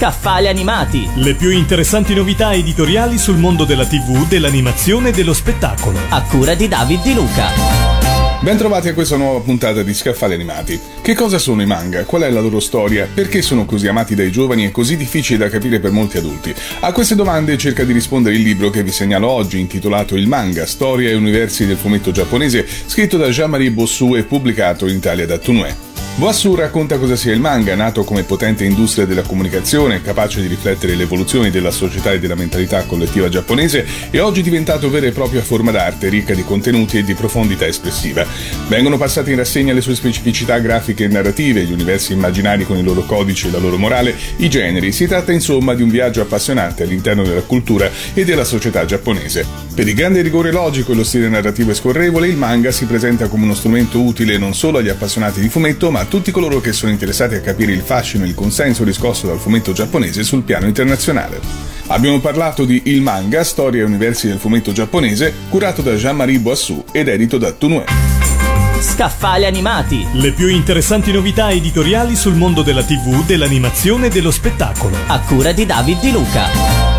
Scaffali animati. Le più interessanti novità editoriali sul mondo della TV, dell'animazione e dello spettacolo. A cura di David Di Luca. Bentrovati a questa nuova puntata di Scaffali Animati. Che cosa sono i manga? Qual è la loro storia? Perché sono così amati dai giovani e così difficili da capire per molti adulti? A queste domande cerca di rispondere il libro che vi segnalo oggi, intitolato Il manga, storia e universi del fumetto giapponese, scritto da Jean-Marie Bossu e pubblicato in Italia da Tournai. Bossu racconta cosa sia il manga, nato come potente industria della comunicazione, capace di riflettere le evoluzioni della società e della mentalità collettiva giapponese, e oggi diventato vera e propria forma d'arte, ricca di contenuti e di profondità espressiva. Vengono passate in rassegna le sue specificità grafiche e narrative, gli universi immaginari con i loro codici e la loro morale, i generi. Si tratta insomma di un viaggio appassionante all'interno della cultura e della società giapponese. Per il grande rigore logico e lo stile narrativo e scorrevole, il manga si presenta come uno strumento utile non solo agli appassionati di fumetto, ma a tutti coloro che sono interessati a capire il fascino e il consenso riscosso dal fumetto giapponese sul piano internazionale. Abbiamo parlato di Il manga, storia e universi del fumetto giapponese, curato da Jean-Marie Bossu ed edito da Tournai. Scaffali animati. Le più interessanti novità editoriali sul mondo della TV, dell'animazione e dello spettacolo. A cura di David Di Luca.